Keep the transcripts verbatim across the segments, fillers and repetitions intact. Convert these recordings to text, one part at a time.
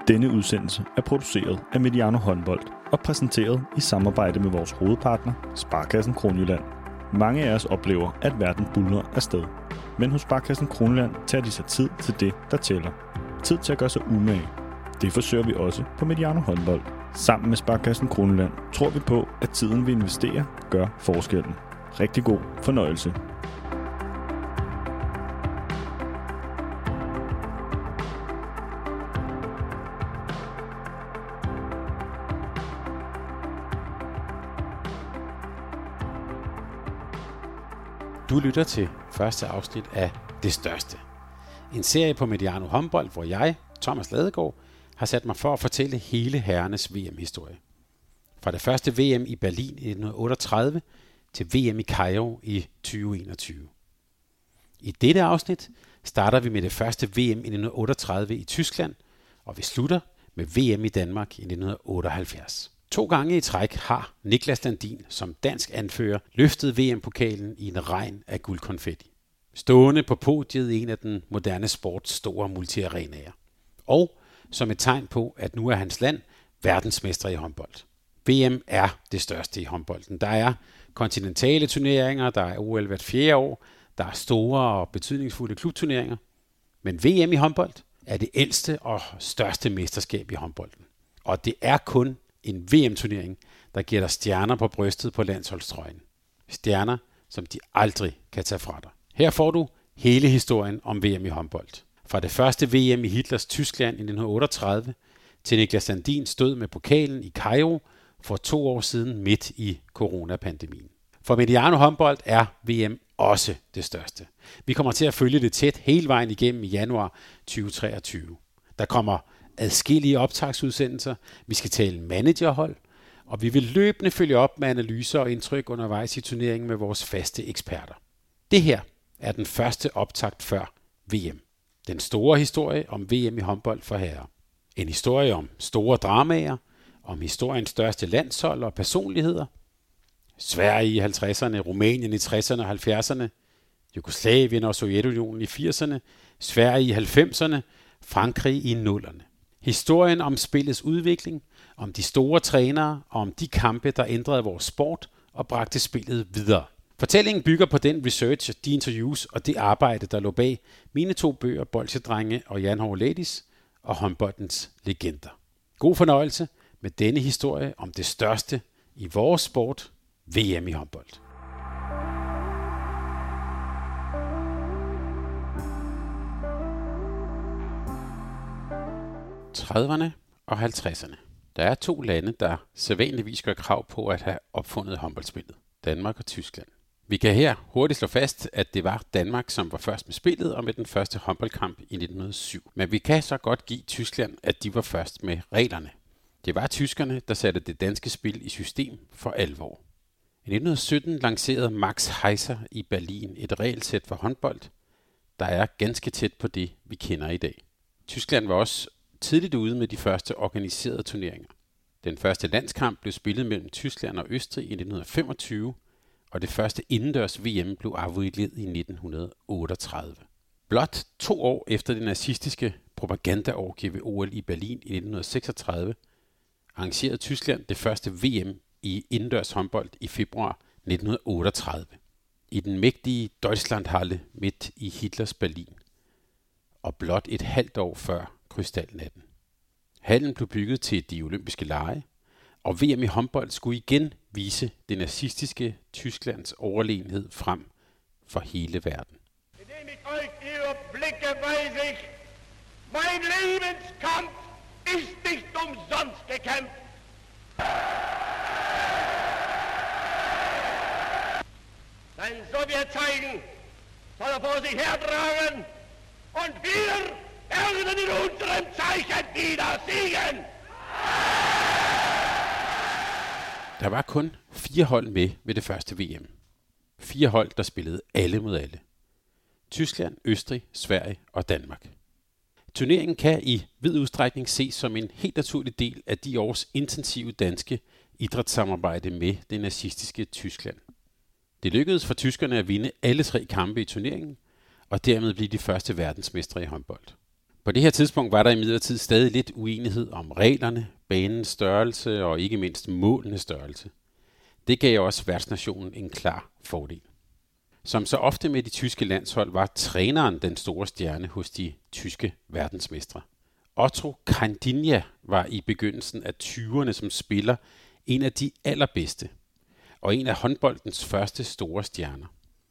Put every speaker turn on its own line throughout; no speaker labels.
Denne udsendelse er produceret af Mediano Håndbold og præsenteret i samarbejde med vores hovedpartner, Sparekassen Kronjylland. Mange af os oplever, at verden buldrer afsted. Men hos Sparekassen Kronjylland tager de sig tid til det, der tæller. Tid til at gøre sig umage. Det forsøger vi også på Mediano Håndbold. Sammen med Sparekassen Kronjylland tror vi på, at tiden vi investerer gør forskellen. Rigtig god fornøjelse.
Du lytter til første afsnit af Det Største. En serie på Mediano Håndbold, hvor jeg, Thomas Ladegaard, har sat mig for at fortælle hele herrenes V M-historie. Fra det første V M i Berlin i nitten otteogtredive til V M i Kairo i tyve enogtyve. I dette afsnit starter vi med det første V M i nitten otteogtredive i Tyskland, og vi slutter med V M i Danmark i nitten otteoghalvfjerds. To gange i træk har Niklas Landin som dansk anfører løftet V M-pokalen i en regn af guldkonfetti. Stående på podiet i en af den moderne sports store multiarenaer. Og som et tegn på, at nu er hans land verdensmester i håndbold. V M er det største i håndbolden. Der er kontinentale turneringer, der er O L hvert fjerde år, der er store og betydningsfulde klubturneringer. Men V M i håndbold er det ældste og største mesterskab i håndbolden. Og det er kun en V M-turnering, der giver dig stjerner på brystet på landsholdstrøjen. Stjerner, som de aldrig kan tage fra dig. Her får du hele historien om V M i håndbold. Fra det første V M i Hitlers Tyskland i nitten otteogtredive til Niklas Landin stod med pokalen i Kairo for to år siden midt i coronapandemien. For Mediano Håndbold er V M også det største. Vi kommer til at følge det tæt hele vejen igennem i januar tyve treogtyve. Der kommer adskillige optagsudsendelser, vi skal tale managerhold, og vi vil løbende følge op med analyser og indtryk undervejs i turneringen med vores faste eksperter. Det her er den første optakt før V M. Den store historie om V M i håndbold for herrer. En historie om store dramaer, om historiens største landshold og personligheder. Sverige i halvtredserne, Rumænien i tresserne og halvfjerdserne, Jugoslavien og Sovjetunionen i firserne, Sverige i halvfemserne, Frankrig i nullerne. Historien om spillets udvikling, om de store trænere og om de kampe, der ændrede vores sport og bragte spillet videre. Fortællingen bygger på den research, de interviews og det arbejde, der lå bag mine to bøger, Bolsjedrenge og Jan Hove Ladies og håndboldens legender. God fornøjelse med denne historie om det største i vores sport, V M i håndbold. trediverne og halvtredserne. Der er to lande, der sædvanligvis gør krav på at have opfundet håndboldspillet. Danmark og Tyskland. Vi kan her hurtigt slå fast, at det var Danmark, som var først med spillet og med den første håndboldkamp i nitten hundrede og syv. Men vi kan så godt give Tyskland, at de var først med reglerne. Det var tyskerne, der satte det danske spil i system for alvor. I nitten sytten lancerede Max Heiser i Berlin et regelsæt for håndbold, der er ganske tæt på det, vi kender i dag. Tyskland var også tidligt ude med de første organiserede turneringer. Den første landskamp blev spillet mellem Tyskland og Østrig i nitten femogtyve, og det første indendørs V M blev afviklet i nitten otteogtredive. Blot to år efter det nazistiske propagandaorgie ved O L i Berlin i nitten seksogtredive, arrangerede Tyskland det første V M i indendørs håndbold i februar nitten otteogtredive. I den mægtige Deutschlandhalle midt i Hitlers Berlin. Og blot et halvt år før krystalnatten. Hallen blev bygget til de olympiske lege, og V M i håndbold skulle igen vise det nazistiske Tysklands overlegenhed frem for hele verden.
Indem ich euch ihre Blicke weise ich, mein Lebenskampf ist nicht umsonst gekämpft. Sein Sowjetzeichen soll er vor sich hertragen, und wir werden in unserem Zeichen wieder siegen.
Der var kun fire hold med ved det første V M. Fire hold, der spillede alle mod alle. Tyskland, Østrig, Sverige og Danmark. Turneringen kan i vid udstrækning ses som en helt naturlig del af de års intensive danske idrætssamarbejde med det nazistiske Tyskland. Det lykkedes for tyskerne at vinde alle tre kampe i turneringen, og dermed blive de første verdensmestre i håndbold. På det her tidspunkt var der imidlertid stadig lidt uenighed om reglerne, banens størrelse og ikke mindst målenes størrelse. Det gav også værtsnationen en klar fordel. Som så ofte med de tyske landshold var træneren den store stjerne hos de tyske verdensmestre. Otto Kandinja var i begyndelsen af tyverne som spiller en af de allerbedste og en af håndboldens første store stjerner.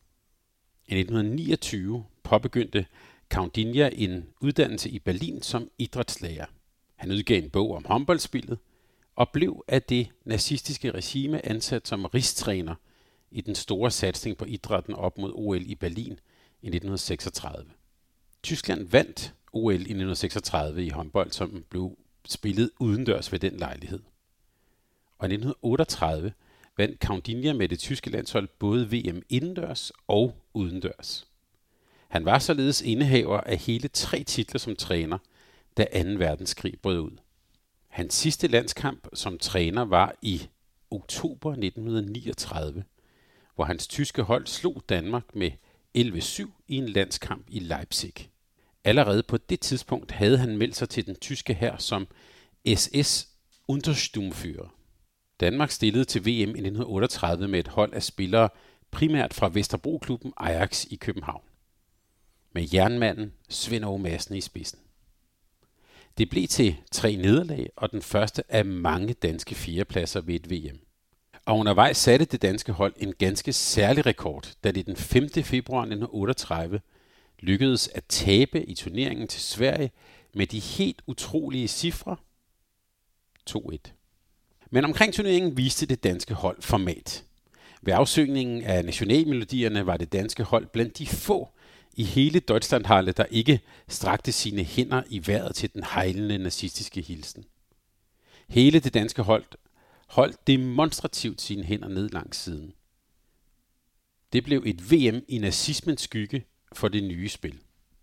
I nitten niogtyve påbegyndte Kandinja en uddannelse i Berlin som idrætslærer. Han udgav en bog om håndboldspillet og blev af det nazistiske regime ansat som rigstræner i den store satsning på idrætten op mod O L i Berlin i nitten seksogtredive. Tyskland vandt O L i nitten seksogtredive i håndbold, som blev spillet udendørs ved den lejlighed. Og i nitten otteogtredive vandt Kandinja med det tyske landshold både V M indendørs og udendørs. Han var således indehaver af hele tre titler som træner, da anden verdenskrig brød ud. Hans sidste landskamp som træner var i oktober nitten niogtredive, hvor hans tyske hold slog Danmark med elleve syv i en landskamp i Leipzig. Allerede på det tidspunkt havde han meldt sig til den tyske hær som S S Untersturmführer. Danmark stillede til V M i nitten otteogtredive med et hold af spillere primært fra Vesterbro-klubben Ajax i København, med jernmanden Svend Aage Madsen i spidsen. Det blev til tre nederlag og den første af mange danske fjerdepladser ved et V M. Og undervejs satte det danske hold en ganske særlig rekord, da det den femte februar nitten otteogtredive lykkedes at tabe i turneringen til Sverige med de helt utrolige cifre to et. Men omkring turneringen viste det danske hold format. Ved afsøgningen af nationalmelodierne var det danske hold blandt de få i hele Deutschlandhalle, der ikke strakte sine hænder i vejret til den hejlende nazistiske hilsen. Hele det danske hold holdt demonstrativt sine hænder ned langs siden. Det blev et V M i nazismens skygge for det nye spil.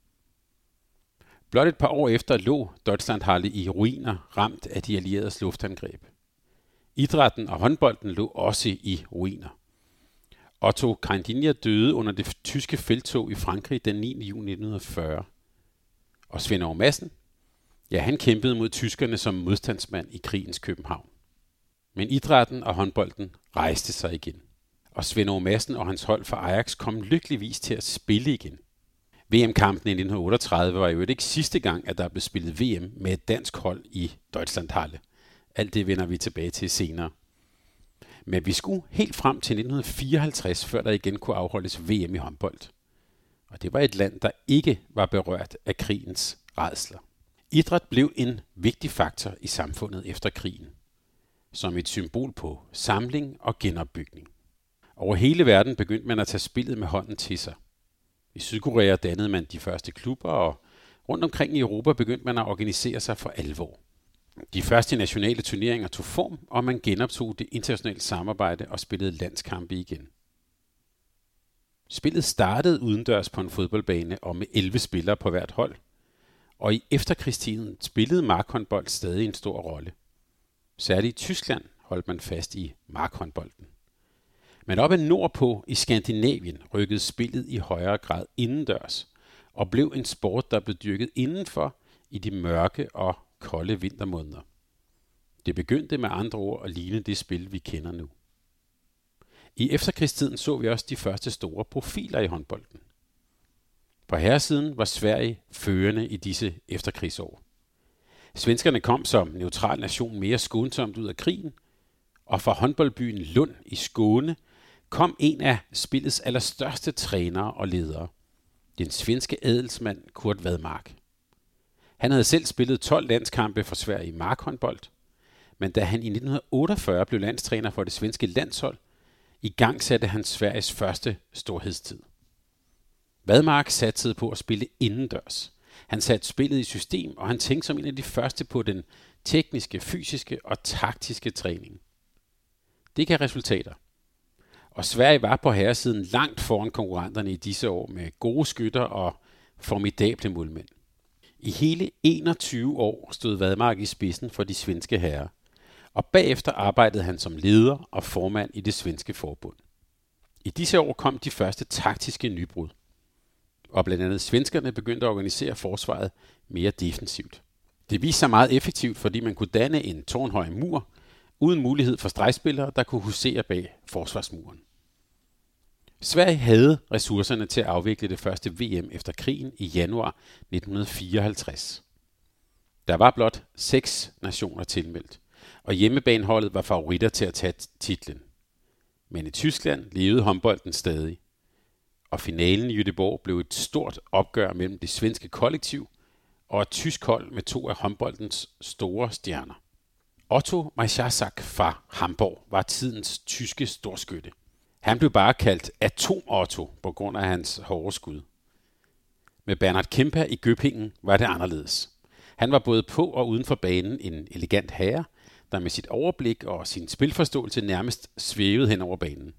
Blot et par år efter lå Deutschlandhalle i ruiner, ramt af de allieredes luftangreb. Idrætten og håndbolden lå også i ruiner. Otto Kandinja døde under det tyske felttog i Frankrig den niende juni nitten fyrre. Og Svend Aage Madsen, ja, han kæmpede mod tyskerne som modstandsmand i krigens København. Men idrætten og håndbolden rejste sig igen. Og Svend Aage Madsen og hans hold fra Ajax kom lykkeligvis til at spille igen. V M-kampen i nitten otteogtredive var jo ikke sidste gang, at der blev spillet V M med et dansk hold i Deutschlandhalle. Alt det vender vi tilbage til senere. Men vi skulle helt frem til nitten fireoghalvtreds, før der igen kunne afholdes V M i håndbold. Og det var et land, der ikke var berørt af krigens rædsler. Idræt blev en vigtig faktor i samfundet efter krigen, som et symbol på samling og genopbygning. Over hele verden begyndte man at tage spillet med hånden til sig. I Sydkorea dannede man de første klubber, og rundt omkring i Europa begyndte man at organisere sig for alvor. De første nationale turneringer tog form, og man genoptog det internationale samarbejde og spillede landskampe igen. Spillet startede udendørs på en fodboldbane og med elleve spillere på hvert hold, og i efterkrigstiden spillede markhåndbold stadig en stor rolle. Særligt i Tyskland holdt man fast i markhåndbolden. Men op ad nordpå i Skandinavien rykkede spillet i højere grad indendørs, og blev en sport, der blev dyrket indenfor i de mørke og kolde vintermåneder. Det begyndte med andre ord at ligne det spil, vi kender nu. I efterkrigstiden så vi også de første store profiler i håndbolden. På herresiden var Sverige førende i disse efterkrigsår. Svenskerne kom som neutral nation mere skånsomt ud af krigen, og fra håndboldbyen Lund i Skåne kom en af spillets allerstørste trænere og ledere, den svenske adelsmand Kurt Wadmark. Han havde selv spillet tolv landskampe for Sverige i markhåndbold, men da han i nitten otteogfyrre blev landstræner for det svenske landshold, i gang satte han Sveriges første storhedstid. Wadmark satsede på at spille indendørs. Han satte spillet i system, og han tænkte som en af de første på den tekniske, fysiske og taktiske træning. Det gav resultater. Og Sverige var på herresiden langt foran konkurrenterne i disse år med gode skytter og formidable målmænd. I hele enogtyve år stod Wadmark i spidsen for de svenske herrer, og bagefter arbejdede han som leder og formand i det svenske forbund. I disse år kom de første taktiske nybrud. og blandt andet svenskerne begyndte at organisere forsvaret mere defensivt. Det viste sig meget effektivt, fordi man kunne danne en tårnhøj mur, uden mulighed for stregspillere, der kunne husere bag forsvarsmuren. Sverige havde ressourcerne til at afvikle det første V M efter krigen i januar nitten fireoghalvtreds. Der var blot seks nationer tilmeldt, og hjemmebaneholdet var favoritter til at tage titlen. Men i Tyskland levede håndbolden stadig, og finalen i Göteborg blev et stort opgør mellem det svenske kollektiv og et tysk hold med to af håndboldens store stjerner. Otto Majczak fra Hamburg var tidens tyske storskytte. Han blev bare kaldt Atom-Otto på grund af hans hårde skud. Med Bernhard Kemper i Göppingen var det anderledes. Han var både på og uden for banen en elegant herre, der med sit overblik og sin spilforståelse nærmest svævede hen over banen.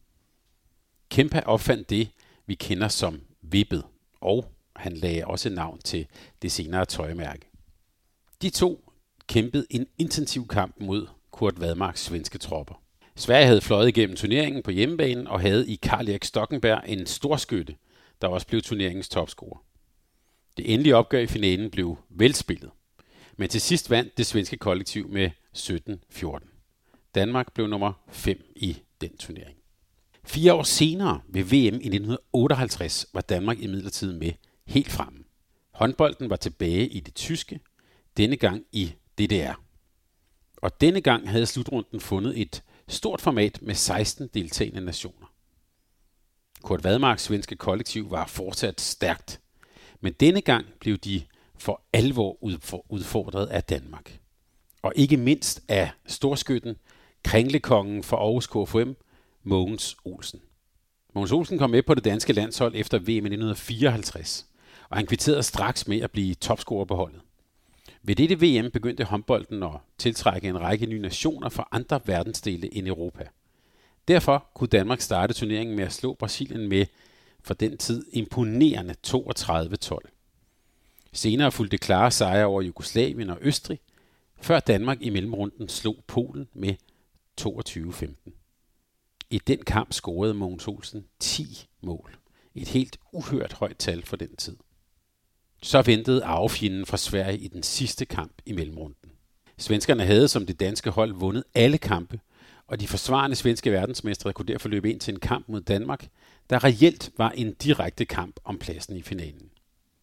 Kemper opfandt det, vi kender som vippet, og han lagde også navn til det senere tøjmærke. De to kæmpede en intensiv kamp mod Kurt Wadmarks svenske tropper. Sverige havde fløjet igennem turneringen på hjemmebanen og havde i Karl-Erik Stockenberg en storskytte, der også blev turneringens topscorer. Det endelige opgør i finalen blev velspillet, men til sidst vandt det svenske kollektiv med sytten fjorten. Danmark blev nummer fem i den turnering. Fire år senere ved V M i nitten otteoghalvtreds var Danmark imidlertid med helt fremme. Håndbolden var tilbage i det tyske, denne gang i D D R. Og denne gang havde slutrunden fundet et stort format med seksten deltagende nationer. Kurt Wadmarks svenske kollektiv var fortsat stærkt, men denne gang blev de for alvor udfordret af Danmark. Og ikke mindst af storskytten, kringlekongen for Aarhus K F M, Mogens Olsen. Mogens Olsen kom med på det danske landshold efter V M i nitten fireoghalvtreds, og han kvitterede straks med at blive topscorer på holdet. Ved dette V M begyndte håndbolden at tiltrække en række nye nationer fra andre verdensdele end Europa. Derfor kunne Danmark starte turneringen med at slå Brasilien med for den tid imponerende toogtredive tolv. Senere fulgte klare sejre over Jugoslavien og Østrig, før Danmark i mellemrunden slog Polen med toogtyve femten. I den kamp scorede Mogens Olsen ti mål. Et helt uhørt højt tal for den tid. Så ventede arvefjenden fra Sverige i den sidste kamp i mellemrunden. Svenskerne havde som det danske hold vundet alle kampe, og de forsvarende svenske verdensmestre kunne derfor løbe ind til en kamp mod Danmark, der reelt var en direkte kamp om pladsen i finalen.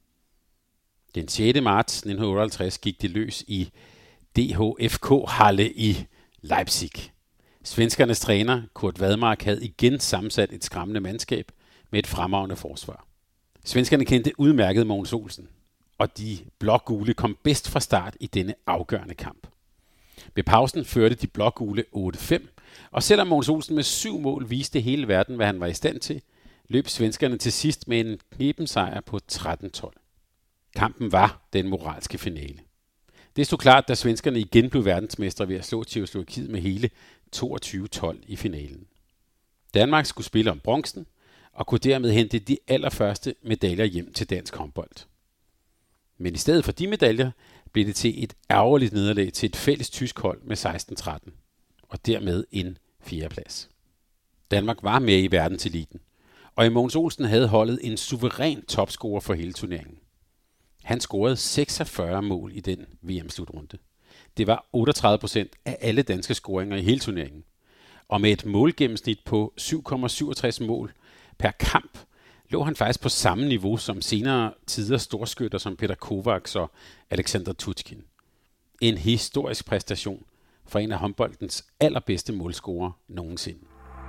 Den sjette marts nitten otteoghalvtreds gik det løs i D H F K-halle i Leipzig. Svenskernes træner, Kurt Wadmark, havde igen sammensat et skræmmende mandskab med et fremragende forsvar. Svenskerne kendte udmærket Mogens Olsen, og de blågule kom bedst fra start i denne afgørende kamp. Ved pausen førte de blågule otte fem, og selvom Mogens Olsen med syv mål viste hele verden, hvad han var i stand til, løb svenskerne til sidst med en knepen sejr på tretten tolv. Kampen var den moralske finale. Det stod klart, da svenskerne igen blev verdensmestre ved at slå Tjekkoslovakiet med hele toogtyve tolv i finalen. Danmark skulle spille om bronzen og kunne dermed hente de allerførste medaljer hjem til dansk håndbold. Men i stedet for de medaljer blev det til et ærgerligt nederlag til et fælles tysk hold med seksten tretten, og dermed en fjerdeplads. Danmark var med i verdenseliten, og i Mogens Olsen havde holdet en suveræn topscorer for hele turneringen. Han scorede seksogfyrre mål i den V M-slutrunde. Det var otteogtredive procent af alle danske scoringer i hele turneringen. Og med et målgennemsnit på syv komma syvogtres mål per kamp, lå han faktisk på samme niveau som senere tiders storskytter som Peter Kovacs og Alexander Tutskin. En historisk præstation for en af håndboldens allerbedste målscorer nogensinde.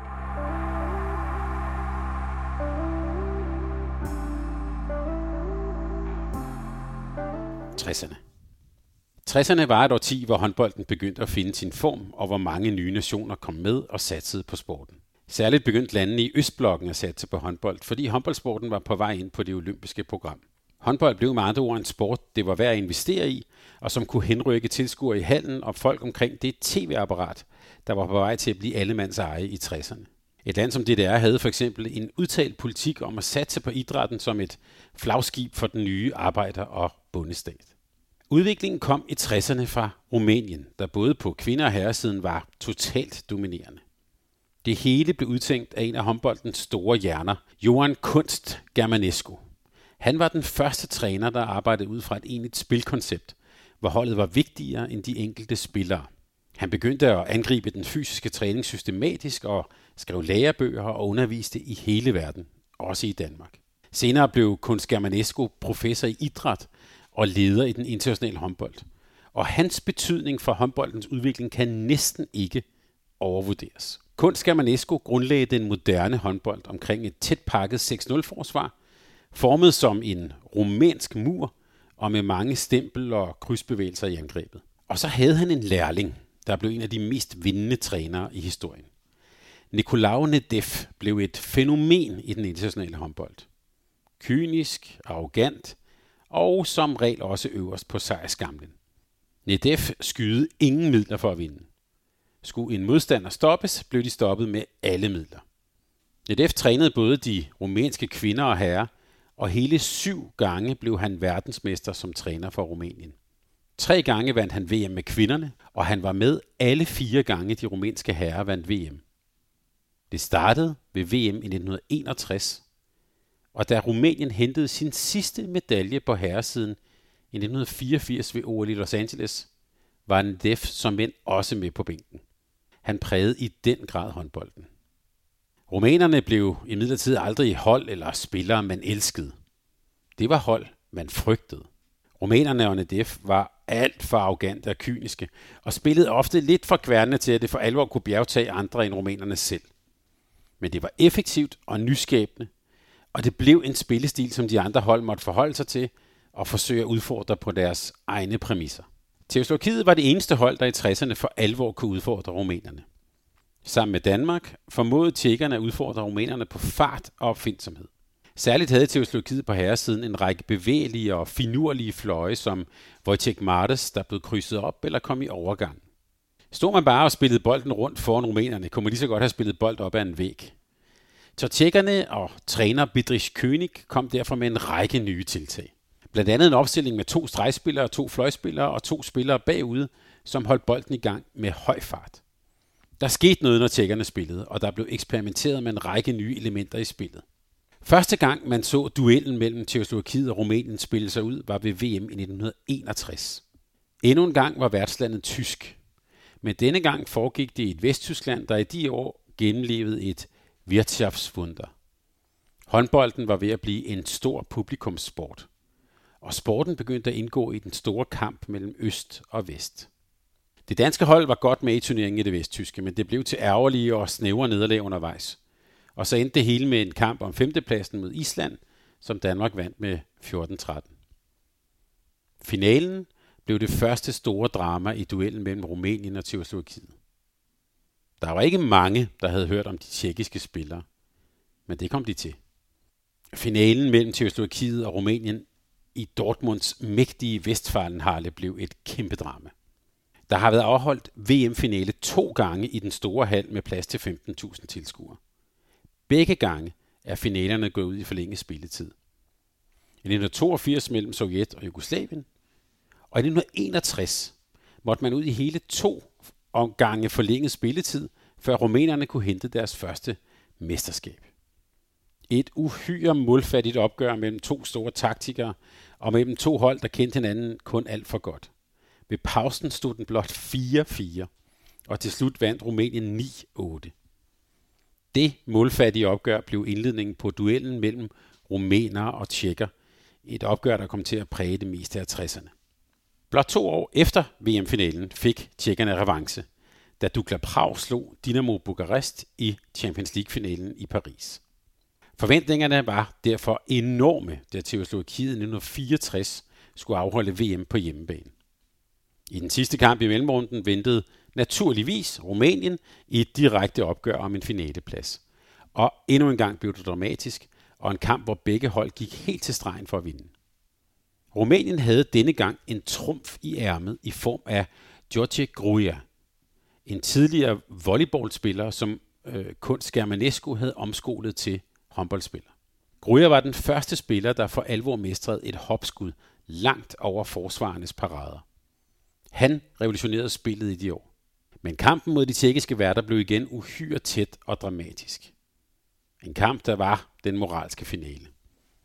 tresserne. tresserne var et årti, hvor håndbolden begyndte at finde sin form, og hvor mange nye nationer kom med og satsede på sporten. Særligt begyndte landene i Østblokken at satse på håndbold, fordi håndboldsporten var på vej ind på det olympiske program. Håndbold blev med andre ord en sport, det var værd at investere i, og som kunne henrykke tilskuere i hallen og folk omkring det tv-apparat, der var på vej til at blive allemands eje i tresserne. Et land som D D R havde for eksempel en udtalt politik om at satse på idrætten som et flagskib for den nye arbejder- og bondestat. Udviklingen kom i tresserne fra Rumænien, der både på kvinde- og herresiden var totalt dominerende. Det hele blev udtænkt af en af håndboldens store hjerner, Ioan Kunst Germanescu. Han var den første træner, der arbejdede ud fra et egentligt spilkoncept, hvor holdet var vigtigere end de enkelte spillere. Han begyndte at angribe den fysiske træning systematisk og skrev lærebøger og underviste i hele verden, også i Danmark. Senere blev Kunz Germanescu professor i idræt og leder i den internationale håndbold. Og hans betydning for håndboldens udvikling kan næsten ikke overvurderes. Kunz Germanescu grundlagde den moderne håndbold omkring et tæt pakket seks nul-forsvar, formet som en rumænsk mur og med mange stempel- og krydsbevægelser i angrebet. Og så havde han en lærling, der blev en af de mest vindende trænere i historien. Nicolau Nedev blev et fænomen i den internationale håndbold. Kynisk, arrogant og som regel også øverst på sejrskamlen. Nedev skydede ingen midler for at vinde. Skulle en modstander stoppes, blev de stoppet med alle midler. Nedev trænede både de rumænske kvinder og herrer, og hele syv gange blev han verdensmester som træner for Rumænien. Tre gange vandt han V M med kvinderne, og han var med alle fire gange de rumænske herrer vandt V M. Det startede ved V M i nitten enogtres, og da Rumænien hentede sin sidste medalje på herresiden i nitten fireogfirs ved O L i Los Angeles, var Nedev som mænd også med på bænken. Han prægede i den grad håndbolden. Rumænerne blev imidlertid aldrig hold eller spillere, man elskede. Det var hold, man frygtede. Rumænerne og Nedev var alt for arrogante og kyniske, og spillede ofte lidt for kværnende til, at det for alvor kunne bjergtage andre end rumænerne selv. Men det var effektivt og nyskabende, og det blev en spillestil, som de andre hold måtte forholde sig til og forsøge at udfordre på deres egne præmisser. Tjekkoslovakiet var det eneste hold, der i tresserne for alvor kunne udfordre rumænerne. Sammen med Danmark formåede tjekkerne at udfordre rumænerne på fart og opfindsomhed. Særligt havde Tjekkoslovakiet på herresiden en række bevægelige og finurlige fløje, som Wojciech Martes, der blev krydset op eller kom i overgang. Stod man bare og spillede bolden rundt foran rumænerne, kunne man lige så godt have spillet bold op ad en væg. Så tjekkerne og træner Bedřich König kom derfor med en række nye tiltag. Blandt andet en opstilling med to stregspillere, to fløjspillere og to spillere bagude, som holdt bolden i gang med høj fart. Der skete noget, når tjekkerne spillede, og der blev eksperimenteret med en række nye elementer i spillet. Første gang man så duellen mellem Tjekkoslovakiet og Rumænien spille sig ud, var ved V M i nitten enogtres. Endnu en gang var værtslandet tysk, men denne gang foregik det i et Vesttyskland, der i de år gennemlevede et Wirtschaftswunder. Håndbolden var ved at blive en stor publikumssport, og sporten begyndte at indgå i den store kamp mellem øst og vest. Det danske hold var godt med i turneringen i det vesttyske, men det blev til ærgerlige og snævre nederlag undervejs. Og så endte det hele med en kamp om femtepladsen mod Island, som Danmark vandt med fjorten tretten. Finalen blev det første store drama i duellen mellem Rumænien og Tjekkoslovakiet. Der var ikke mange, der havde hørt om de tjekkiske spillere, men det kom de til. Finalen mellem Tjekkoslovakiet og Rumænien i Dortmunds mægtige Westfalenhalle blev et kæmpe drama. Der har været afholdt V M-finale to gange i den store hal med plads til femten tusind tilskuere. Begge gange er finalerne gået ud i forlænget spilletid. I nitten toogfirs mellem Sovjet og Jugoslavien, og i nitten enogtres måtte man ud i hele to omgange forlænget spilletid, før rumænerne kunne hente deres første mesterskab. Et uhyre målfattigt opgør mellem to store taktikere og mellem to hold, der kendte hinanden kun alt for godt. Ved pausen stod den blot fire fire, og til slut vandt Rumænien ni otte. Det målfattige opgør blev indledningen på duellen mellem rumænere og tjekker, et opgør, der kom til at præge det meste af tresserne. Blot to år efter V M-finalen fik tjekkerne revanche, da Dukla Prag slog Dinamo Bukarest i Champions League-finalen i Paris. Forventningerne var derfor enorme, da Tjekkoslovakiet i nitten fireogtres skulle afholde V M på hjemmebane. I den sidste kamp i mellemrunden ventede naturligvis Rumænien i et direkte opgør om en finaleplads. Og endnu en gang blev det dramatisk, og en kamp, hvor begge hold gik helt til stregen for at vinde. Rumænien havde denne gang en trumf i ærmet i form af George Gruia, en tidligere volleyballspiller, som øh, Kunz Germanescu havde omskolet til håndboldspiller. Gruia var den første spiller, der for alvor mestrede et hopskud langt over forsvarernes parader. Han revolutionerede spillet i de år. Men kampen mod de tjekkiske værter blev igen uhyre tæt og dramatisk. En kamp, der var den moralske finale.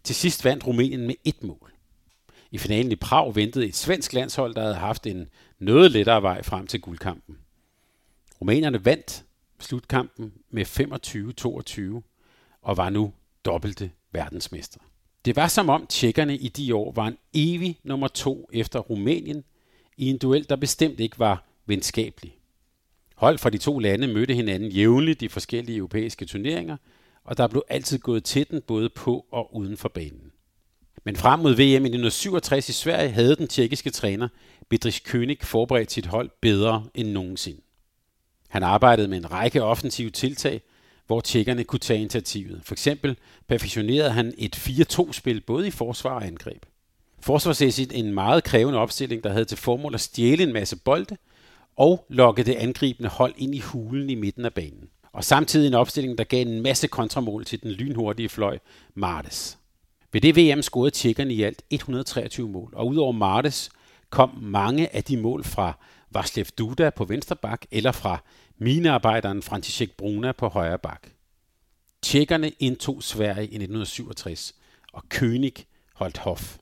Til sidst vandt Rumænien med et mål. I finalen i Prag ventede et svensk landshold, der havde haft en noget lettere vej frem til guldkampen. Rumænerne vandt slutkampen med femogtyve toogtyve og var nu dobbelte verdensmester. Det var som om tjekkerne i de år var en evig nummer to efter Rumænien i en duel, der bestemt ikke var venskabelig. Hold fra de to lande mødte hinanden jævnligt i forskellige europæiske turneringer, og der blev altid gået til den både på og uden for banen. Men frem mod V M i nitten syvogtres i Sverige havde den tjekkiske træner Bedřich König forberedt sit hold bedre end nogensinde. Han arbejdede med en række offensive tiltag, hvor tjekkerne kunne tage initiativet. For eksempel perfektionerede han et fire to-spil både i forsvar og angreb. Forsvarsmæssigt en meget krævende opstilling, der havde til formål at stjæle en masse bolde og lokke det angribende hold ind i hulen i midten af banen. Og samtidig en opstilling, der gav en masse kontramål til den lynhurtige fløj Martes. Ved det V M scorede tjekkerne i alt et hundrede og treogtyve mål, og udover Martes kom mange af de mål fra Václav Duda på venstre bak eller fra minearbejderen František Bruna på højre bak. Tjekkerne indtog Sverige i nitten syvogtres, og König holdt hof.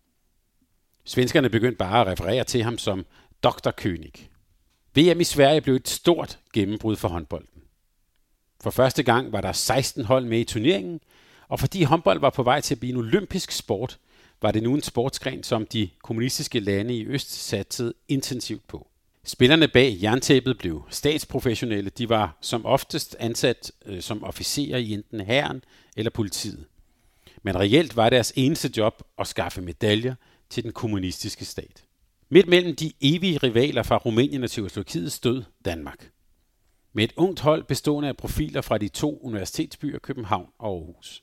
Svenskerne begyndte bare at referere til ham som doktor König. V M i Sverige blev et stort gennembrud for håndbolden. For første gang var der seksten hold med i turneringen, og fordi håndbold var på vej til at blive en olympisk sport, var det nu en sportsgren, som de kommunistiske lande i øst satsede intensivt på. Spillerne bag jerntæppet blev statsprofessionelle. De var som oftest ansat øh, som officerer i enten hæren eller politiet. Men reelt var deres eneste job at skaffe medaljer til den kommunistiske stat. Midt mellem de evige rivaler fra Rumænien og Tjekkoslovakiet stod Danmark. Med et ungt hold bestående af profiler fra de to universitetsbyer København og Aarhus.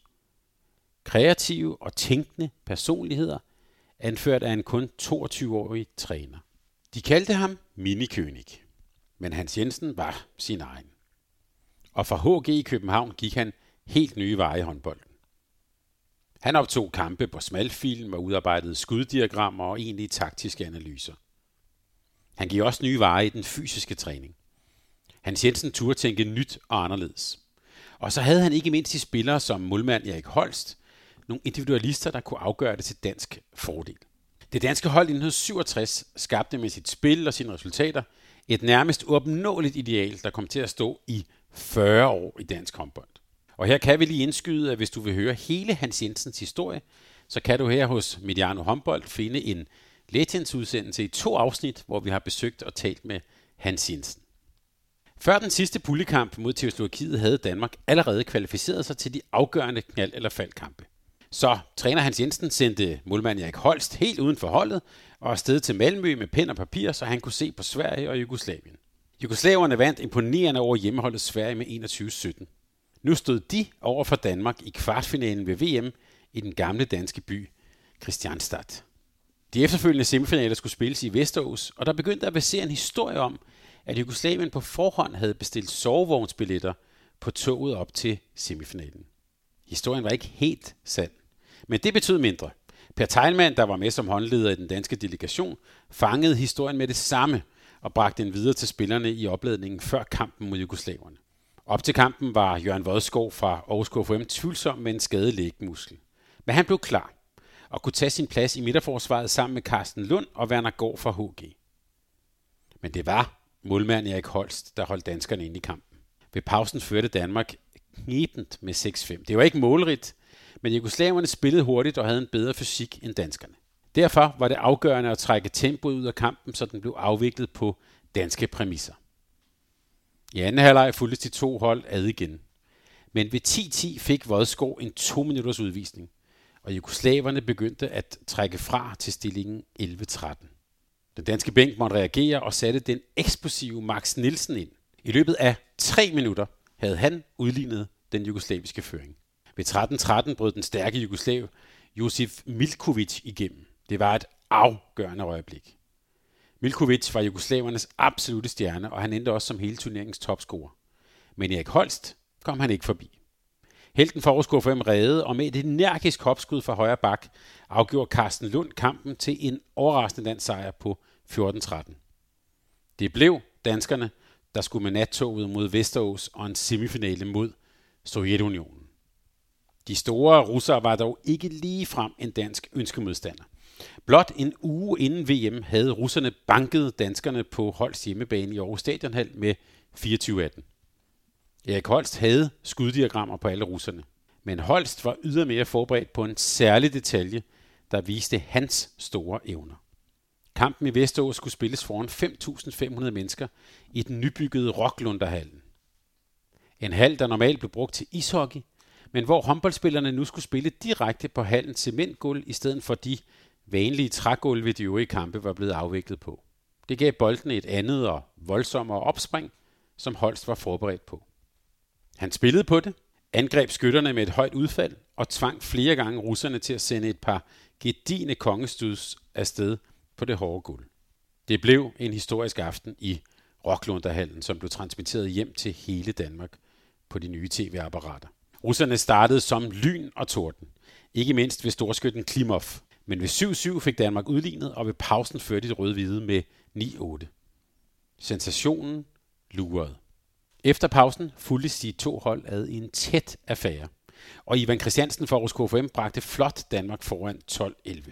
Kreative og tænkende personligheder, anført af en kun toogtyve-årig træner. De kaldte ham Mini-König, men Hans Jensen var sin egen. Og fra H G i København gik han helt nye veje i håndbolden. Han optog kampe på smalfilm og udarbejdede skuddiagrammer og egentlige taktiske analyser. Han gik også nye veje i den fysiske træning. Hans Jensen turde tænke nyt og anderledes. Og så havde han ikke mindst de spillere som målmand Erik Holst, nogle individualister, der kunne afgøre det til dansk fordel. Det danske hold i nitten syvogtres skabte med sit spil og sine resultater et nærmest uopnåeligt ideal, der kom til at stå i fyrre år i dansk håndbold. Og her kan vi lige indskyde, at hvis du vil høre hele Hans Jensens historie, så kan du her hos Mediano Håndbold finde en Legends-udsendelse i to afsnit, hvor vi har besøgt og talt med Hans Jensen. Før den sidste puljekamp mod Tjekkoslovakiet havde Danmark allerede kvalificeret sig til de afgørende knald- eller faldkampe. Så træner Hans Jensen sendte målmand Erik Holst helt uden for holdet og afsted til Malmø med pen og papir, så han kunne se på Sverige og Jugoslavien. Jugoslaverne vandt imponerende over hjemmeholdet Sverige med enogtyve sytten. Nu stod de over for Danmark i kvartfinalen ved V M i den gamle danske by Kristianstad. De efterfølgende semifinaler skulle spilles i Västerås, og der begyndte at versere en historie om, at Jugoslavien på forhånd havde bestilt sovevognsbilletter på toget op til semifinalen. Historien var ikke helt sand, men det betød mindre. Per Teilmann, der var med som håndleder i den danske delegation, fangede historien med det samme og bragte den videre til spillerne i opladningen før kampen mod jugoslaverne. Op til kampen var Jørgen Vodskov fra Aarhus K F U M tvivlsom med en skadet lægmuskel. Men han blev klar og kunne tage sin plads i midterforsvaret sammen med Carsten Lund og Werner Gård fra H G. Men det var målmand Erik Holst, der holdt danskerne inde i kampen. Ved pausen førte Danmark knebent med seks fem. Det var ikke målrigt, men jugoslaverne spillede hurtigt og havde en bedre fysik end danskerne. Derfor var det afgørende at trække tempoet ud af kampen, så den blev afviklet på danske præmisser. I anden halvleg fulgtes de to hold ad igen. Men ved ti ti fik Vodskov en to minutters udvisning, og jugoslaverne begyndte at trække fra til stillingen elleve tretten. Den danske bænk måtte reagere og satte den eksplosive Max Nielsen ind. I løbet af tre minutter havde han udlignet den jugoslaviske føring. Ved tretten tretten brød den stærke jugoslav Josif Milković igennem. Det var et afgørende øjeblik. Milković var jugoslavernes absolutte stjerne, og han endte også som hele turneringens topscorer. Men Erik Holst kom han ikke forbi. Helten for Aarhus K F U M reddede, og med et energisk hopskud fra højre bak afgjorde Carsten Lund kampen til en overraskende landssejr på fjorten tretten. Det blev danskerne, der skulle med nattoget mod Västerås og en semifinale mod Sovjetunionen. De store russere var dog ikke lige frem en dansk ønskemodstander. Blot en uge inden V M havde russerne banket danskerne på Holst hjemmebane i Aarhus Stadionhal med fireogtyve atten. Erik Holst havde skuddiagrammer på alle russerne, men Holst var ydermere forberedt på en særlig detalje, der viste hans store evner. Kampen i Vesterås skulle spilles foran fem tusind fem hundrede mennesker i den nybyggede Rocklunderhallen. En hal, der normalt blev brugt til ishockey, men hvor håndboldspillerne nu skulle spille direkte på hallens cementgulv i stedet for de vanlige trægulve, de øvrige kampe var blevet afviklet på. Det gav boldene et andet og voldsommere opspring, som Holst var forberedt på. Han spillede på det, angreb skytterne med et højt udfald og tvang flere gange russerne til at sende et par gedigne kongestuds afsted på det hårde gulv. Det blev en historisk aften i Rocklunderhallen, som blev transmitteret hjem til hele Danmark på de nye tv-apparater. Russerne startede som lyn og torden, ikke mindst ved storskytten Klimov, men ved syv syv fik Danmark udlignet, og ved pausen førte de rød-hvide med ni otte. Sensationen lurede. Efter pausen fulgtes de to hold ad i en tæt affære, og Ivan Christiansen fra Aarhus K F M bragte flot Danmark foran tolv elleve.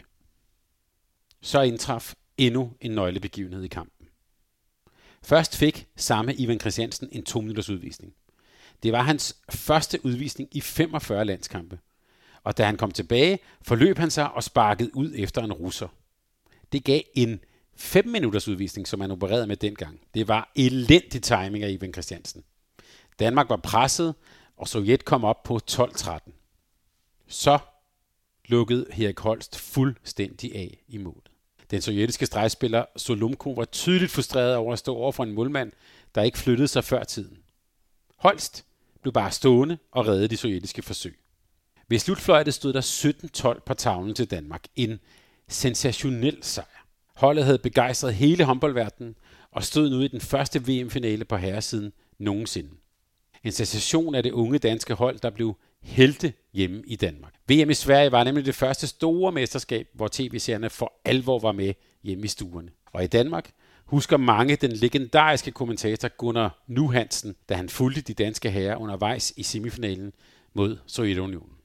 Så indtraf endnu en nøglebegivenhed i kampen. Først fik samme Ivan Christiansen en to minutters udvisning. Det var hans første udvisning i femogfyrre landskampe, og da han kom tilbage, forløb han sig og sparkede ud efter en russer. Det gav en fem minutters udvisning, som han opererede med dengang. Det var elendig timing af Ivan Christiansen. Danmark var presset, og Sovjet kom op på tolv tretten. Så lukkede Erik Holst fuldstændig af i målet. Den sovjetiske stregspiller Solomko var tydeligt frustreret over at stå over for en målmand, der ikke flyttede sig før tiden. Holst blev bare stående og reddede de sovjetiske forsøg. Ved slutfløjtet stod der sytten tolv på tavlen til Danmark. En sensationel sejr. Holdet havde begejstret hele håndboldverdenen og stod nu i den første V M-finale på herresiden nogensinde. En sensation af det unge danske hold, der blev helte hjemme i Danmark. V M i Sverige var nemlig det første store mesterskab, hvor tv-serierne for alvor var med hjemme i stuerne. Og i Danmark husker mange den legendariske kommentator Gunnar Nu Hansen, da han fulgte de danske herrer undervejs i semifinalen mod Sovjetunionen.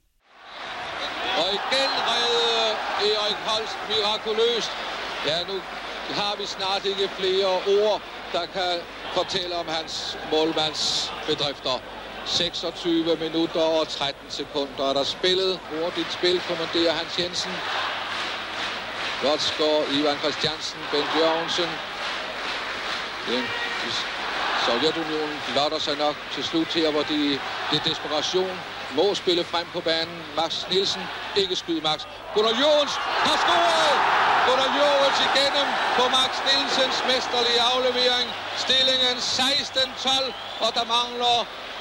Og igen redde Erik Holst mirakuløst. Ja, nu har vi snart ikke flere ord, der kan fortælle om hans målmandsbedrifter. seksogtyve minutter og tretten sekunder er der spillet. Hurtigt spil, kommanderer Hans Jensen. Godsgaard, Ivan Christiansen, Bent Jørgensen. Den Sovjetunionen blotter sig nok til slut her, hvor de det er desperation må spille frem på banen. Max Nielsen, ikke skyd Max. Gunnar Johans har scoret! Gunnar Johans igennem på Max Nielsens mesterlige aflevering. Stillingen seksten tolv, og der mangler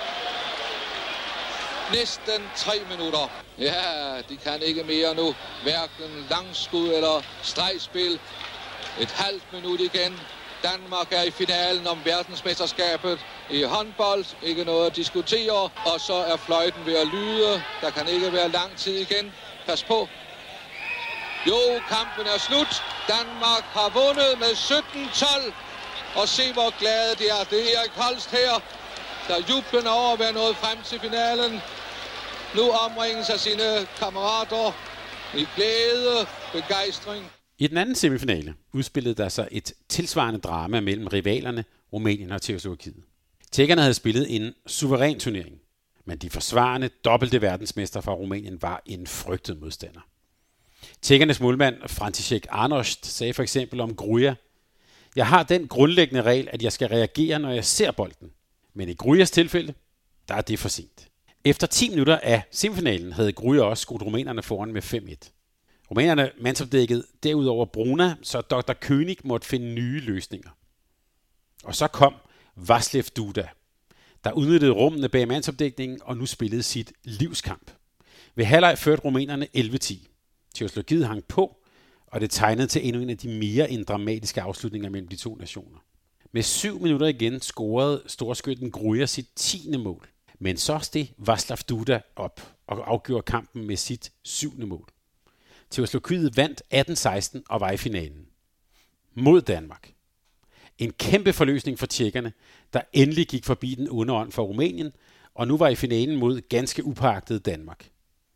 næsten tre minutter. Ja, de kan ikke mere nu. Hverken langskud eller stregspil. Et halvt minut igen. Danmark er i finalen om verdensmesterskabet i håndbold. Ikke noget at diskutere. Og så er fløjten ved at lyde. Der kan ikke være lang tid igen. Pas på. Jo, kampen er slut. Danmark har vundet med sytten tolv. Og se hvor glade de er. Det er Erik Holst her, der jubler over at være nået frem til finalen. Nu omringes af sine kammerater i glæde, begejstring.
I den anden semifinale udspillede der sig et tilsvarende drama mellem rivalerne Rumænien og Tjekkoslovakiet. Tjekkerne havde spillet en suveræn turnering, men de forsvarende dobbelte verdensmester fra Rumænien var en frygtet modstander. Tjekkernes målmand František Arnošt sagde for eksempel om Gruja: "Jeg har den grundlæggende regel, at jeg skal reagere, når jeg ser bolden. Men i Grujas tilfælde, der er det for sent." Efter ti minutter af semifinalen havde Gruja også skudt rumænerne foran med fem et. Rumænerne mandsopdækkede derudover Bruna, så doktor König måtte finde nye løsninger. Og så kom Václav Duda, der udnyttede rummene bag mandsopdækningen og nu spillede sit livskamp. Ved halvleg førte rumænerne elleve ti. Tjekkoslovakiet hang på, og det tegnede til endnu en af de mere end dramatiske afslutninger mellem de to nationer. Med syv minutter igen scorede storskytten Gruja sit tiende mål. Men så steg Václav Duda op og afgjorde kampen med sit syvende mål. Tjekkoslovakiet vandt atten seksten og var i finalen. Mod Danmark. En kæmpe forløsning for tjekkerne, der endelig gik forbi den onde ånd for Rumænien, og nu var i finalen mod ganske upåagtede Danmark.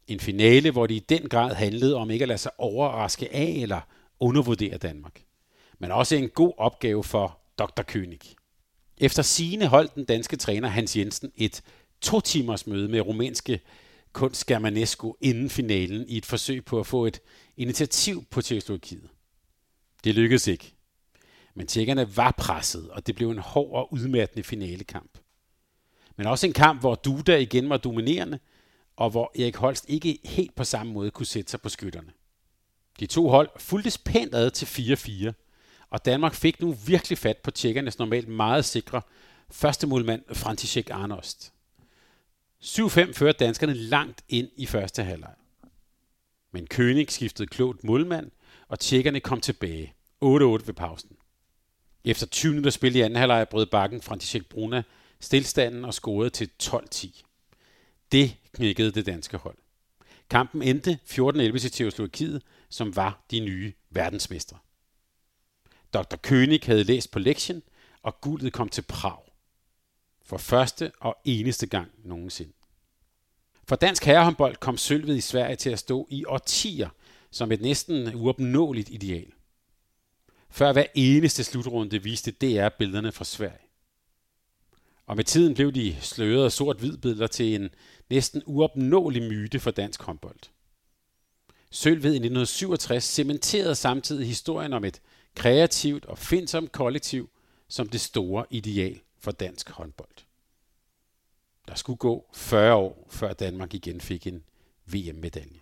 En finale, hvor det i den grad handlede om ikke at lade sig overraske af eller undervurdere Danmark. Men også en god opgave for doktor König. Efter sigende holdt den danske træner Hans Jensen et to timers møde med rumænske Kunst Germanescu inden finalen i et forsøg på at få et initiativ på Tjekkoslovakiet. Det lykkedes ikke. Men tjekkerne var presset, og det blev en hård og udmattende finalekamp. Men også en kamp, hvor Duda igen var dominerende, og hvor Erik Holst ikke helt på samme måde kunne sætte sig på skytterne. De to hold fulgtes pænt ad til fire fire, og Danmark fik nu virkelig fat på tjekkernes normalt meget sikre første målmand František Arnost. syv fem førte danskerne langt ind i første halvleg. Men König skiftede klogt målmand, og tjekkerne kom tilbage. otte otte ved pausen. Efter tyve minutter spil i anden halvleg brød bakken František Bruna stilstanden og scorede til tolv ti. Det knækkede det danske hold. Kampen endte fjorten elleve til Tjekkoslovakiet, som var de nye verdensmestre. doktor König havde læst på lektien, og guldet kom til Prag. For første og eneste gang nogensinde. For dansk herrehåndbold kom sølvet i Sverige til at stå i årtier som et næsten uopnåeligt ideal. Før hver eneste slutrunde viste D R billederne fra Sverige. Og med tiden blev de slørede sort-hvid billeder til en næsten uopnåelig myte for dansk håndbold. Sølvet i nitten syvogtres cementerede samtidig historien om et kreativt og findsomt kollektiv som det store ideal for dansk håndbold. Der skulle gå fyrre år, før Danmark igen fik en V M-medalje.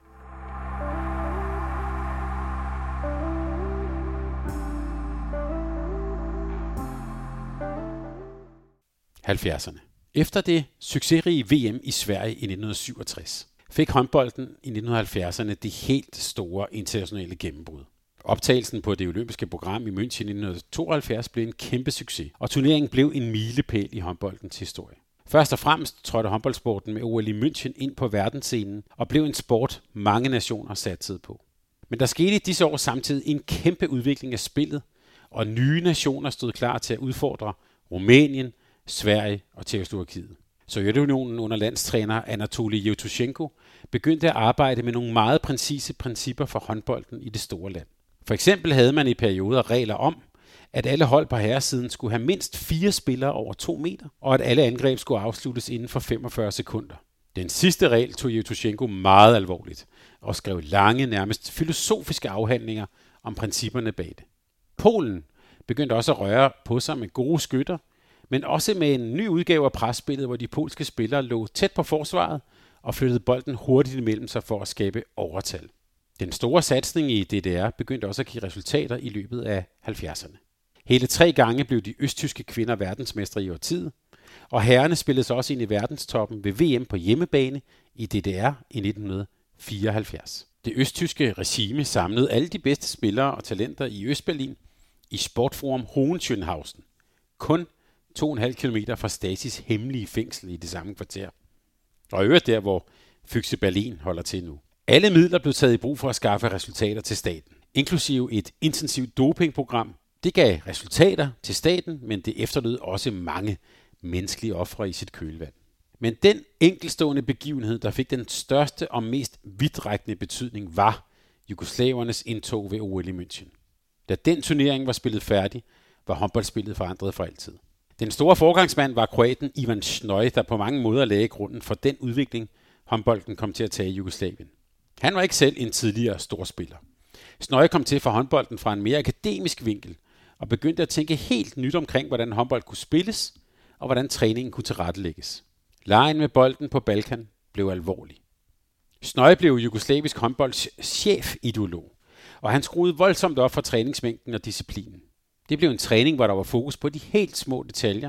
halvfjerdserne. Efter det succesrige V M i Sverige i nitten syvogtres, fik håndbolden i nitten halvfjerdserne det helt store internationale gennembrud. Optagelsen på det olympiske program i München i nitten tooghalvfjerds blev en kæmpe succes, og turneringen blev en milepæl i håndboldens historie. Først og fremmest trådte håndboldsporten med O L i München ind på verdensscenen og blev en sport, mange nationer satsede på. Men der skete i disse år samtidig en kæmpe udvikling af spillet, og nye nationer stod klar til at udfordre Rumænien, Sverige og Tjekkoslovakiet. Sovjetunionen under landstræner Anatolij Jevtusjenko begyndte at arbejde med nogle meget præcise principper for håndbolden i det store land. For eksempel havde man i perioder regler om, at alle hold på herresiden skulle have mindst fire spillere over to meter, og at alle angreb skulle afsluttes inden for femogfyrre sekunder. Den sidste regel tog Jevtusjenko meget alvorligt og skrev lange, nærmest filosofiske afhandlinger om principperne bag det. Polen begyndte også at røre på sig med gode skytter, men også med en ny udgave af presspillet, hvor de polske spillere lå tæt på forsvaret og flyttede bolden hurtigt imellem sig for at skabe overtal. Den store satsning i D D R begyndte også at give resultater i løbet af halvfjerdserne. Hele tre gange blev de østtyske kvinder verdensmestre i årtiet, og herrerne spillede sig også ind i verdenstoppen ved V M på hjemmebane i D D R i nitten fireoghalvfjerds. Det østtyske regime samlede alle de bedste spillere og talenter i Østberlin i Sportforum Hohenschönhausen, kun to komma fem kilometer fra Stasis hemmelige fængsel i det samme kvarter. Og øvrigt der, hvor Füchse Berlin holder til nu. Alle midler blev taget i brug for at skaffe resultater til staten, inklusive et intensivt dopingprogram. Det gav resultater til staten, men det efterlod også mange menneskelige ofre i sit kølvand. Men den enkeltstående begivenhed, der fik den største og mest vidtrækkende betydning, var jugoslavernes indtog ved O L i München. Da den turnering var spillet færdig, var håndboldspillet forandret for altid. Den store forgangsmand var kroaten Ivan Schnoj, der på mange måder lagde grunden for den udvikling, håndbolden kom til at tage i Jugoslavien. Han var ikke selv en tidligere storspiller. Schnoj kom til for håndbolden fra en mere akademisk vinkel og begyndte at tænke helt nyt omkring, hvordan håndbold kunne spilles og hvordan træningen kunne tilrettelægges. Lejen med bolden på Balkan blev alvorlig. Schnoj blev jugoslavisk håndbolds chefideolog, og han skruede voldsomt op for træningsmængden og disciplinen. Det blev en træning, hvor der var fokus på de helt små detaljer.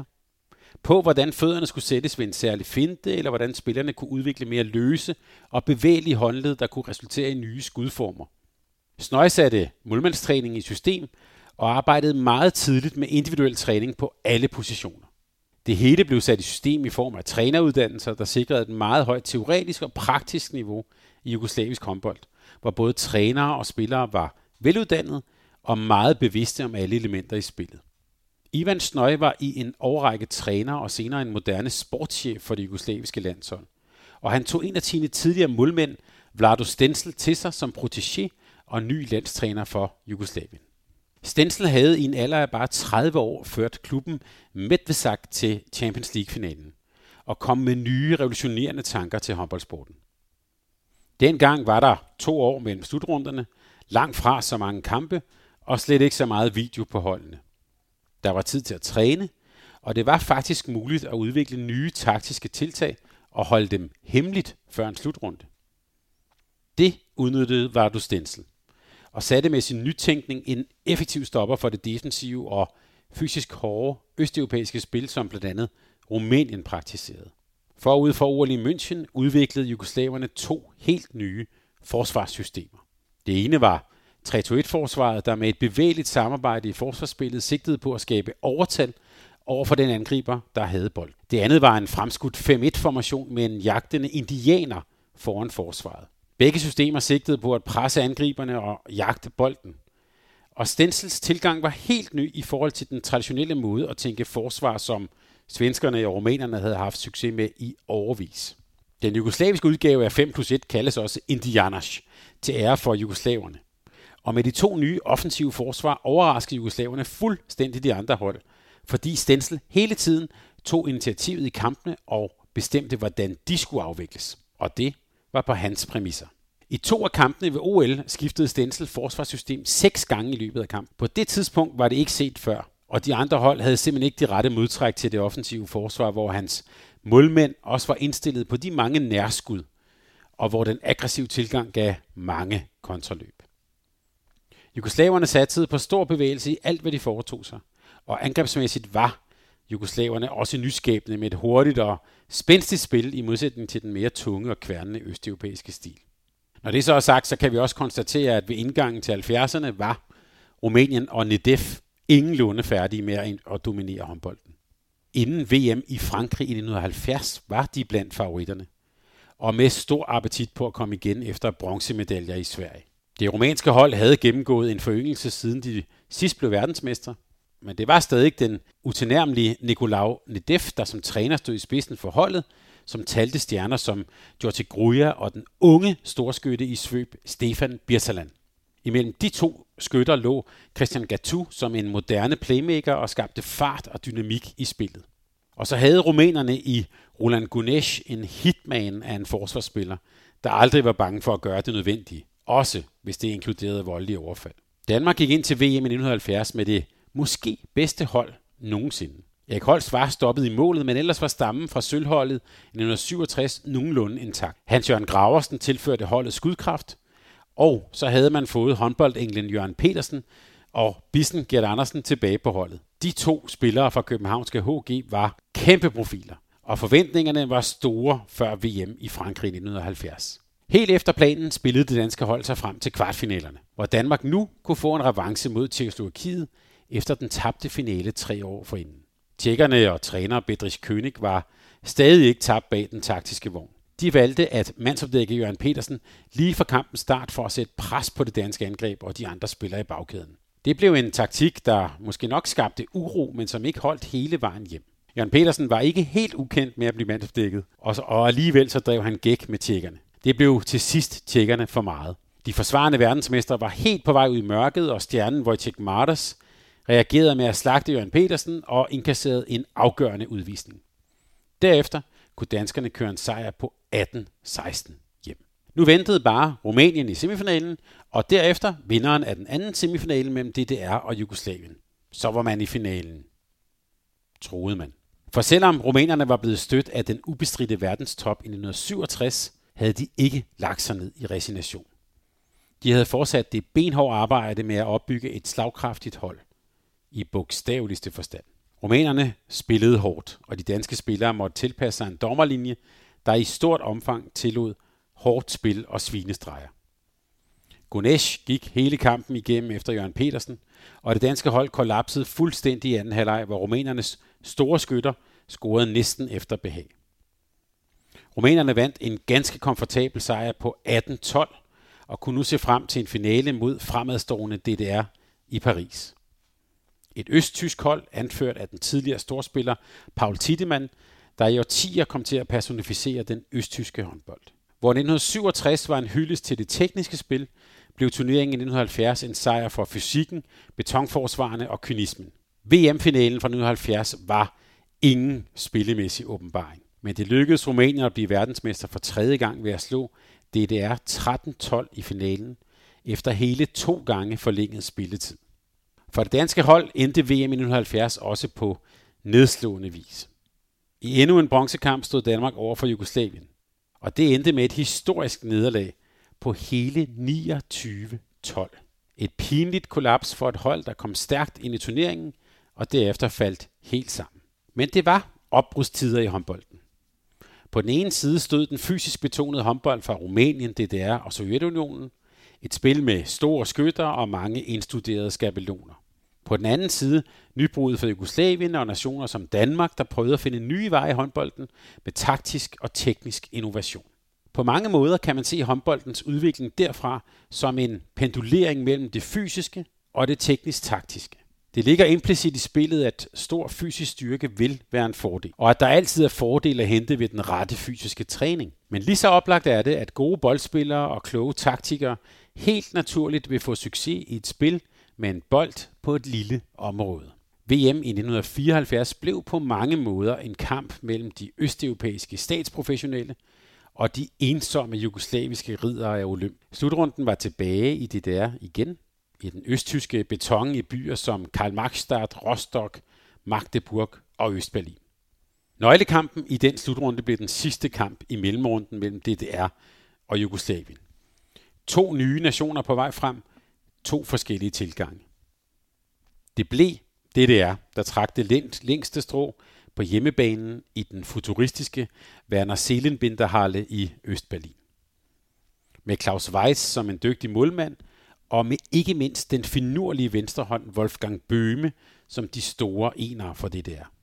På hvordan fødderne skulle sættes ved en særlig finte, eller hvordan spillerne kunne udvikle mere løse og bevægelige håndled, der kunne resultere i nye skudformer. Schnoj satte målmandstræning i system og arbejdede meget tidligt med individuel træning på alle positioner. Det hele blev sat i system i form af træneruddannelser, der sikrede et meget højt teoretisk og praktisk niveau i jugoslavisk håndbold, hvor både trænere og spillere var veluddannede og meget bevidste om alle elementer i spillet. Ivan Schnoj var i en årrække træner og senere en moderne sportschef for det jugoslaviske landshold, og han tog en af sine tidligere målmænd, Vlado Stenzel til sig som protégé og ny landstræner for Jugoslavien. Stenzel havde i en alder af bare tredive år ført klubben Medveža til Champions League-finalen og kom med nye revolutionerende tanker til håndboldsporten. Dengang var der to år mellem slutrunderne, langt fra så mange kampe og slet ikke så meget video på holdene. Der var tid til at træne, og det var faktisk muligt at udvikle nye taktiske tiltag og holde dem hemmeligt før en slutrunde. Det udnyttede Vlado Stenzel og satte med sin nytænkning en effektiv stopper for det defensive og fysisk hårde østeuropæiske spil, som blandt andet Rumænien praktiserede. Forud for O L i München udviklede jugoslaverne to helt nye forsvarssystemer. Det ene var tre to et-forsvaret, der med et bevægeligt samarbejde i forsvarsspillet sigtede på at skabe overtal over for den angriber, der havde bold. Det andet var en fremskudt fem et-formation med en jagtende indianer foran forsvaret. Begge systemer sigtede på at presse angriberne og jagte bolden. Og Stenzels tilgang var helt ny i forhold til den traditionelle måde at tænke forsvar, som svenskerne og rumænerne havde haft succes med i årevis. Den jugoslaviske udgave af fem plus et kaldes også Indianers, til ære for jugoslaverne. Og med de to nye offensive forsvar overraskede jugoslaverne fuldstændig de andre hold, fordi Stenzel hele tiden tog initiativet i kampene og bestemte, hvordan de skulle afvikles. Og det var på hans præmisser. I to af kampene ved O L skiftede Stenzel forsvarssystem seks gange i løbet af kampen. På det tidspunkt var det ikke set før, og de andre hold havde simpelthen ikke de rette modtræk til det offensive forsvar, hvor hans målmænd også var indstillet på de mange nærskud, og hvor den aggressive tilgang gav mange kontraløb. Jugoslaverne satsede på stor bevægelse i alt, hvad de foretog sig, og angrebsmæssigt var jugoslaverne også nyskabende med et hurtigt og spændstigt spil i modsætning til den mere tunge og kværnende østeuropæiske stil. Når det så er sagt, så kan vi også konstatere, at ved indgangen til halvfjerdserne var Rumænien og Nedev ingenlunde færdige med at dominere håndbolden. Inden V M i Frankrig i nitten halvfjerds var de blandt favoritterne, og med stor appetit på at komme igen efter bronzemedaljer i Sverige. Det rumænske hold havde gennemgået en foryngelse siden de sidst blev verdensmestre, men det var stadig den utilnærmelige Nicolau Nedev, der som træner stod i spidsen for holdet, som talte stjerner som George Gruja og den unge storskytte i svøb Stefan Birtalan. Imellem de to skytter lå Christian Gatu som en moderne playmaker og skabte fart og dynamik i spillet. Og så havde rumænerne i Roland Guneș en hitman af en forsvarsspiller, der aldrig var bange for at gøre det nødvendige, også hvis det inkluderede voldelige overfald. Danmark gik ind til V M i nitten halvfjerds med det måske bedste hold nogensinde. Erik Holst var stoppet i målet, men ellers var stammen fra sølvholdet i nitten syvogtres nogenlunde intakt. Hans-Jørgen Graversen tilførte holdet skudkraft, og så havde man fået håndboldenglen Jørgen Petersen og bissen Gert Andersen tilbage på holdet. De to spillere fra københavnske H G var kæmpe profiler, og forventningerne var store før V M i Frankrig i nitten halvfjerds. Helt efter planen spillede det danske hold sig frem til kvartfinalerne, hvor Danmark nu kunne få en revanche mod Tjekkoslovakiet efter den tabte finale tre år forinden. Tjekkerne og træner Bedřich König var stadig ikke tabt bag den taktiske vogn. De valgte at mandsopdække Jørgen Petersen lige fra kampens start for at sætte pres på det danske angreb og de andre spillere i bagkæden. Det blev en taktik, der måske nok skabte uro, men som ikke holdt hele vejen hjem. Jørgen Petersen var ikke helt ukendt med at blive mandsopdækket, og alligevel så drev han gæk med tjekkerne. Det blev til sidst tjekkerne for meget. De forsvarende verdensmestre var helt på vej ud i mørket, og stjernen Wojciech Martas reagerede med at slagte Jørgen Petersen og inkasserede en afgørende udvisning. Derefter kunne danskerne køre en sejr på atten seksten hjem. Nu ventede bare Rumænien i semifinalen, og derefter vinderen af den anden semifinale mellem D D R og Jugoslavien. Så var man i finalen. Troede man. For selvom rumænerne var blevet stødt af den ubestridte verdenstop i nitten syvogtres, havde de ikke lagt sig ned i resignation. De havde fortsat det benhårde arbejde med at opbygge et slagkraftigt hold i bogstaveligste forstand. Rumænerne spillede hårdt, og de danske spillere måtte tilpasse sig en dommerlinje, der i stort omfang tillod hårdt spil og svinestreger. Guneș gik hele kampen igennem efter Jørgen Petersen, og det danske hold kollapsede fuldstændig i anden halvleg, hvor rumænernes store skytter scorede næsten efter behag. Rumænerne vandt en ganske komfortabel sejr på atten tolv og kunne nu se frem til en finale mod fremadstående D D R i Paris. Et østtysk hold, anført af den tidligere storspiller Paul Tiedemann, der i årtier kom til at personificere den østtyske håndbold. Hvor nitten syvogtres var en hyldest til det tekniske spil, blev turneringen i nitten halvfjerds en sejr for fysikken, betonforsvarerne og kynismen. V M-finalen fra nitten halvfjerds var ingen spillemæssig åbenbaring. Men det lykkedes Rumænien at blive verdensmester for tredje gang ved at slå D D R tretten tolv i finalen, efter hele to gange forlænget spilletid. For det danske hold endte V M i nitten halvfjerds også på nedslående vis. I endnu en bronzekamp stod Danmark over for Jugoslavien, og det endte med et historisk nederlag på hele niogtyve tolv. Et pinligt kollaps for et hold, der kom stærkt ind i turneringen, og derefter faldt helt sammen. Men det var opbrudstider i håndbolden. På den ene side stod den fysisk betonede håndbold fra Rumænien, D D R og Sovjetunionen, et spil med store skytter og mange indstuderede skabeloner. På den anden side nybruddet for Jugoslavien og nationer som Danmark, der prøvede at finde nye veje i håndbolden med taktisk og teknisk innovation. På mange måder kan man se håndboldens udvikling derfra som en pendulering mellem det fysiske og det teknisk-taktiske. Det ligger implicit i spillet, at stor fysisk styrke vil være en fordel, og at der altid er fordele at hente ved den rette fysiske træning. Men lige så oplagt er det, at gode boldspillere og kloge taktikere helt naturligt vil få succes i et spil med en bold på et lille område. V M i nitten fireoghalvfjerds blev på mange måder en kamp mellem de østeuropæiske statsprofessionelle og de ensomme jugoslaviske riddere af Olymp. Slutrunden var tilbage i D D R igen, i den østtyske beton i byer som Karl-Marx-Stadt, Rostock, Magdeburg og Østberlin. Nøglekampen i den slutrunde blev den sidste kamp i mellemrunden mellem D D R og Jugoslavien. To nye nationer på vej frem, to forskellige tilgange. Det blev D D R, der trak det længst, længste strå på hjemmebanen i den futuristiske Werner Seelenbinder-halle i Østberlin. Med Klaus Weiss som en dygtig målmand, og med ikke mindst den finurlige venstrehånd Wolfgang Böhme som de store enere for D D R.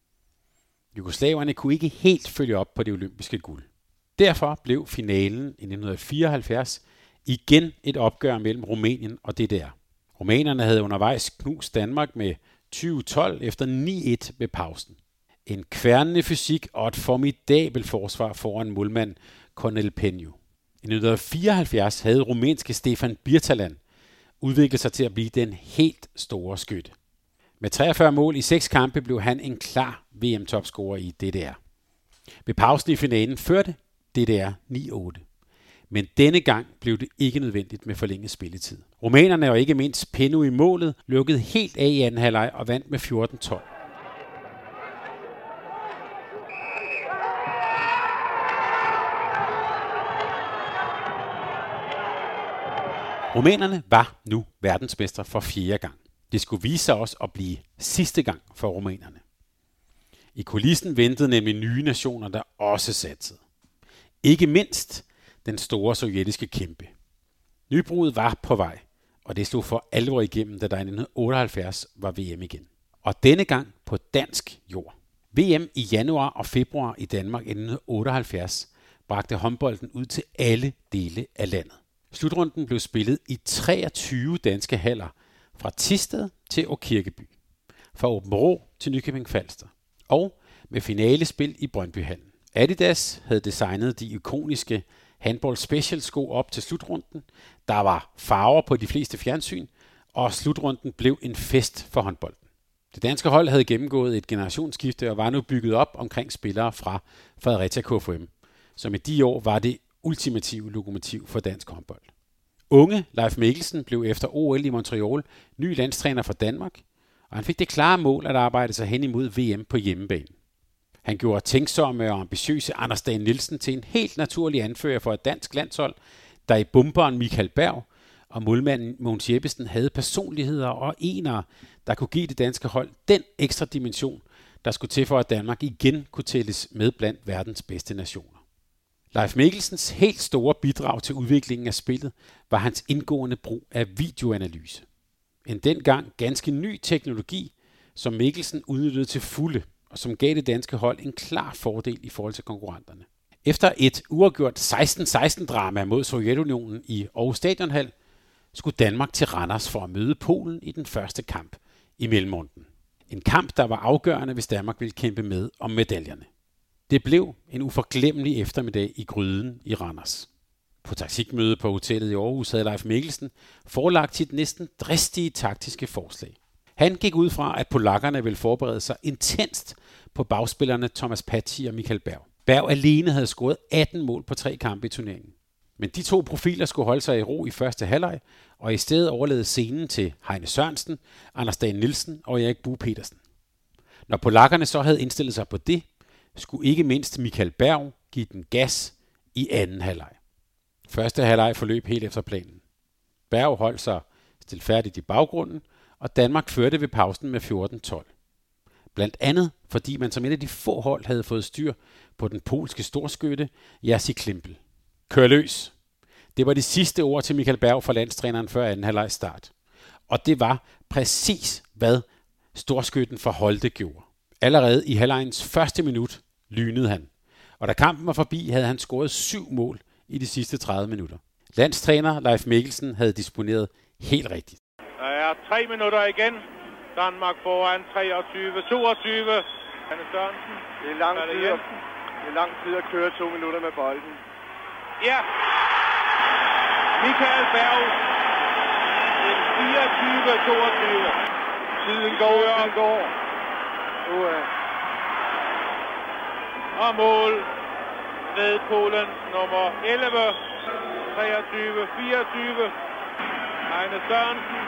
Jugoslaverne kunne ikke helt følge op på det olympiske guld. Derfor blev finalen i nitten fireoghalvfjerds igen et opgør mellem Rumænien og D D R. Rumænerne havde undervejs knust Danmark med tyve tolv efter ni et ved pausen. En kværnende fysik og et formidabelt forsvar foran målmand Cornel Peñu. I nitten fireoghalvfjerds havde rumænske Stefan Birtalan udviklet sig til at blive den helt store skytte. Med treogfyrre mål i seks kampe blev han en klar V M-topscorer i D D R. Ved pausen i finalen førte D D R ni otte. Men denne gang blev det ikke nødvendigt med forlænget spilletid. Rumænerne og ikke mindst Peñu i målet lukkede helt af i anden halvleg og vandt med fjorten tolv. Rumænerne var nu verdensmestre for fjerde gang. Det skulle vise sig også at blive sidste gang for rumænerne. I kulissen ventede nemlig nye nationer, der også satsede. Ikke mindst den store sovjetiske kæmpe. Nybruddet var på vej, og det slog for alvor igennem, da der i nitten otteoghalvfjerds var V M igen. Og denne gang på dansk jord. V M i januar og februar i Danmark i nitten otteoghalvfjerds bragte håndbolden ud til alle dele af landet. Slutrunden blev spillet i treogtyve danske haller, fra Thisted til Aakirkeby, fra Aabenraa til Nykøbing Falster, og med finalespil i Brøndbyhallen. Adidas havde designet de ikoniske handball special sko op til slutrunden. Der var farver på de fleste fjernsyn, og slutrunden blev en fest for håndbolden. Det danske hold havde gennemgået et generationsskifte og var nu bygget op omkring spillere fra Fredericia K F U M, som i de år var det ultimative lokomotiv for dansk håndbold. Unge Leif Mikkelsen blev efter O L i Montreal ny landstræner for Danmark, og han fik det klare mål at arbejde sig hen imod V M på hjemmebane. Han gjorde tænksomme og ambitiøse Anders Dage Nielsen til en helt naturlig anfører for et dansk landshold, der i bumperen Michael Berg og målmanden Mogens Jeppesen havde personligheder og enere, der kunne give det danske hold den ekstra dimension, der skulle til for, at Danmark igen kunne tælles med blandt verdens bedste nationer. Leif Mikkelsens helt store bidrag til udviklingen af spillet var hans indgående brug af videoanalyse. En dengang ganske ny teknologi, som Mikkelsen udnyttede til fulde, og som gav det danske hold en klar fordel i forhold til konkurrenterne. Efter et uafgjort seksten seksten drama mod Sovjetunionen i Aarhus Stadionhal, skulle Danmark til Randers for at møde Polen i den første kamp i mellemrunden. En kamp, der var afgørende, hvis Danmark ville kæmpe med om medaljerne. Det blev en uforglemmelig eftermiddag i Gryden i Randers. På taktikmøde på hotellet i Aarhus havde Leif Mikkelsen forelagt sit næsten dristige taktiske forslag. Han gik ud fra, at polakkerne ville forberede sig intenst på bagspillerne Thomas Paci og Michael Berg. Berg alene havde scoret atten mål på tre kampe i turneringen. Men de to profiler skulle holde sig i ro i første halvleg, og i stedet overlade scenen til Heine Sørensen, Anders Dage Nielsen og Erik Bue Petersen. Når polakkerne så havde indstillet sig på det, skulle ikke mindst Michael Berg give den gas i anden halvleg. Første halvleg forløb helt efter planen. Berg holdt sig stilfærdigt i baggrunden, og Danmark førte ved pausen med fjorten tolv. Blandt andet fordi man som et af de få hold havde fået styr på den polske storskytte Jerzy Klimpel. Kør løs! Det var de sidste ord til Michael Berg fra landstræneren før anden halvleg start. Og det var præcis, hvad storskytten for Holte gjorde. Allerede i halvlegens første minut lynede han. Og da kampen var forbi, havde han scoret syv mål i de sidste tredive minutter. Landstræner Leif Mikkelsen havde disponeret helt rigtigt.
Der er tre minutter igen. Danmark foran treogtyve toogtyve. Hanne Sørensen.
Det er lang tid, at, det er lang tid at køre to minutter med bolden.
Ja. Michael Berg. fireogtyve toogtyve.
Tiden går, tiden går. Uh.
Og mål ved Polens nummer elleve. treogtyve fireogtyve. Heine Sørensen.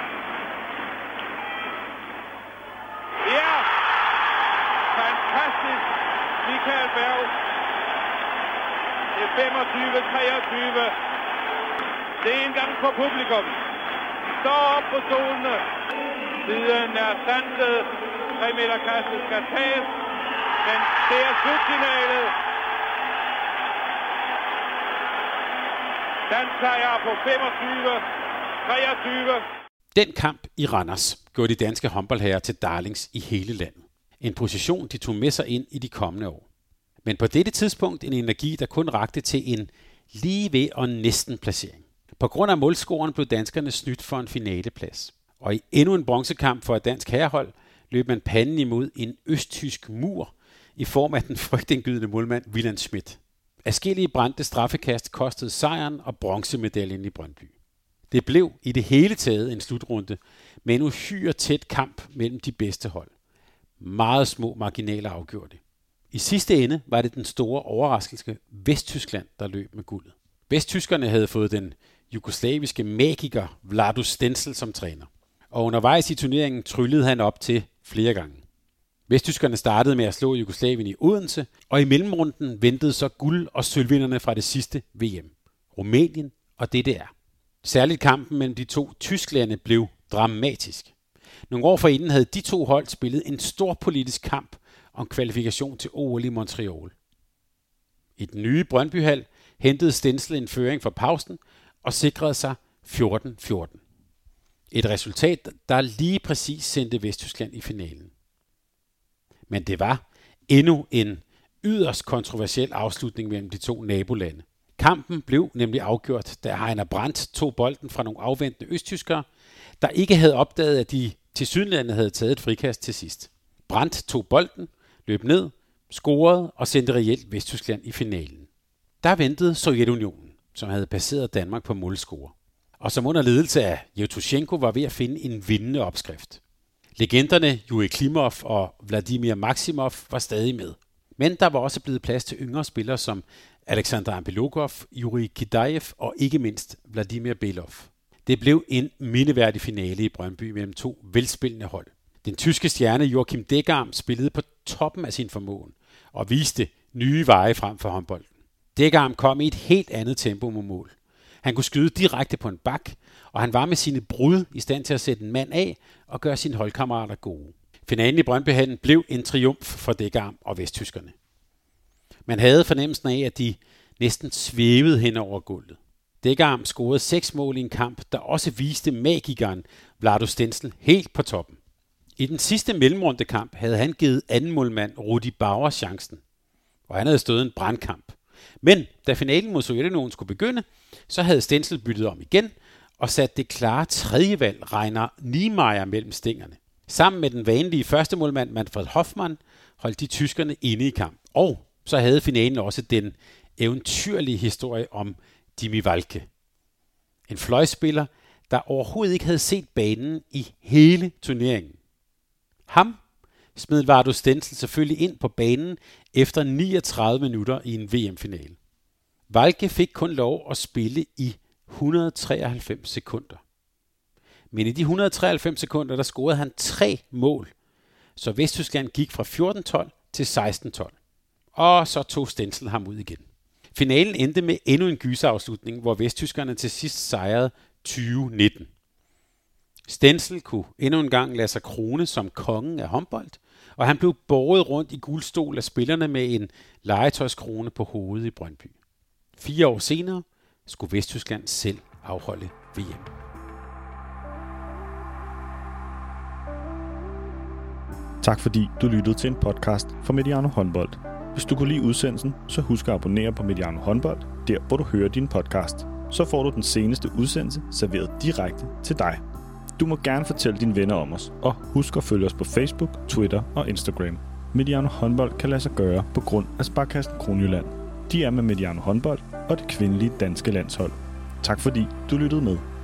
Ja! Fantastisk! Michael Berg. Det er femogtyve treogtyve. Det er en gang for publikum. Står op på stolene. Tiden er standet. tre meter kastet skal tages. Men det er slutsignalet. Dansk sejr på femogtyve treogtyve.
Den kamp i Randers gjorde de danske håndboldherrer til darlings i hele landet. En position, de tog med sig ind i de kommende år. Men på dette tidspunkt en energi, der kun rakte til en lige ved og næsten placering. På grund af målscoren blev danskerne snydt for en finaleplads. Og i endnu en bronzekamp for et dansk herrehold løb man panden imod en østtysk mur i form af den frygtindgydende målmand Wieland Schmidt. Adskillige brændte straffekast kostede sejren og bronzemedaljen i Brøndby. Det blev i det hele taget en slutrunde med en uhyre tæt kamp mellem de bedste hold. Meget små marginaler afgjorde det. I sidste ende var det den store overraskelse Vesttyskland, der løb med guldet. Vesttyskerne havde fået den jugoslaviske magiker Vlado Stenzel som træner. Og undervejs i turneringen tryllede han op til flere gange. Vesttyskerne startede med at slå Jugoslavien i Odense, og i mellemrunden ventede så guld- og sølvvinderne fra det sidste V M. Rumænien og D D R. Særligt kampen mellem de to Tysklande blev dramatisk. Nogle år forinden havde de to hold spillet en stor politisk kamp om kvalifikation til O L i Montreal. I den nye Brøndbyhal hentede Stenzel en føring for pausen og sikrede sig fjorten fjorten. Et resultat, der lige præcis sendte Vesttyskland i finalen. Men det var endnu en yderst kontroversiel afslutning mellem de to nabolande. Kampen blev nemlig afgjort, da Heiner Brandt tog bolden fra nogle afventende østtyskere, der ikke havde opdaget, at de tilsyneladende havde taget et frikast til sidst. Brandt tog bolden, løb ned, scorede og sendte reelt Vesttyskland i finalen. Der ventede Sovjetunionen, som havde passeret Danmark på målscore, og som under ledelse af Yevtushenko var ved at finde en vindende opskrift. Legenderne Yuri Klimov og Vladimir Maksimov var stadig med. Men der var også blevet plads til yngre spillere som Alexander Ambelokov, Yuri Kidaev og ikke mindst Vladimir Belov. Det blev en mindeværdig finale i Brøndby mellem to velspillende hold. Den tyske stjerne Joachim Degam spillede på toppen af sin formåen og viste nye veje frem for håndbolden. Degam kom i et helt andet tempo mod mål. Han kunne skyde direkte på en bak, og han var med sine brud i stand til at sætte en mand af og gøre sine holdkammerater gode. Finalen i Brøndbyhallen blev en triumf for Degam og vesttyskerne. Man havde fornemmelsen af, at de næsten svævede hen over gulvet. Degam scorede seks mål i en kamp, der også viste magikeren Vlado Stenzel helt på toppen. I den sidste mellemrundekamp havde han givet anden målmand Rudi Bauer chancen, og han havde stået en brandkamp. Men da finalen mod Sovjetunionen skulle begynde, så havde Stenzel byttet om igen og sat det klare tredjevalg Rainer Niemeyer mellem stængerne. Sammen med den vanlige første målmand Manfred Hoffmann holdt de tyskerne inde i kamp. Og så havde finalen også den eventyrlige historie om Jimmy Valke. En fløjspiller, der overhovedet ikke havde set banen i hele turneringen. Ham smed Vardo Stenzel selvfølgelig ind på banen efter niogtredive minutter i en V M-finale. Valke fik kun lov at spille i et hundrede og treoghalvfems sekunder. Men i de et hundrede og treoghalvfems sekunder, der scorede han tre mål. Så Vesttyskland gik fra fjorten tolv til seksten tolv. Og så tog Stenzel ham ud igen. Finalen endte med endnu en gyserafslutning, hvor vesttyskerne til sidst sejrede tyve nitten. Stenzel kunne endnu en gang lade sig krone som kongen af håndbold, og han blev båret rundt i guldstol af spillerne med en legetøjskrone på hovedet i Brøndby. Fire år senere skulle Vesttyskland selv afholde V M.
Tak fordi du lyttede til en podcast fra Mediano Håndbold. Hvis du kunne lide udsendelsen, så husk at abonnere på Mediano Håndbold, der hvor du hører din podcast. Så får du den seneste udsendelse serveret direkte til dig. Du må gerne fortælle dine venner om os, og husk at følge os på Facebook, Twitter og Instagram. Mediano Håndbold kan lade sig gøre på grund af Sparkassen Kronjylland. De er med Mediano Håndbold og det kvindelige danske landshold. Tak fordi du lyttede med.